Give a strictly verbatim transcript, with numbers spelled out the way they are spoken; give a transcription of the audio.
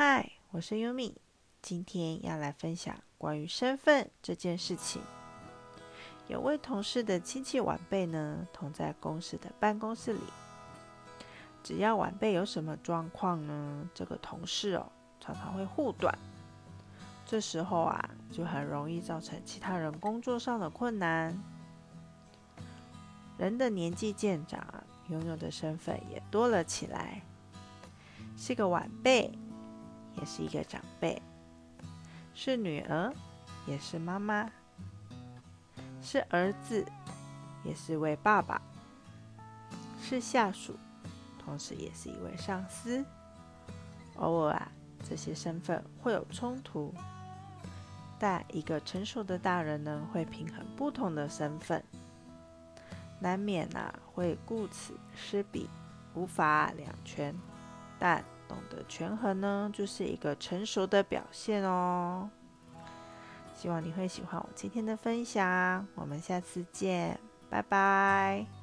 嗨，我是 Yumi， 今天要来分享关于身份这件事情。有位同事的亲戚晚辈呢，同在公司的办公室里。只要晚辈有什么状况呢，这个同事哦，常常会护短。这时候啊，就很容易造成其他人工作上的困难。人的年纪渐长啊，拥有的身份也多了起来，是个晚辈，也是一个长辈，是女儿，也是妈妈，是儿子，也是位爸爸，是下属，同时也是一位上司。偶尔啊，这些身份会有冲突，但一个成熟的大人呢，会平衡不同的身份，难免啊会顾此失彼，无法两全。但懂得权衡呢，就是一个成熟的表现哦。希望你会喜欢我今天的分享，我们下次见，拜拜。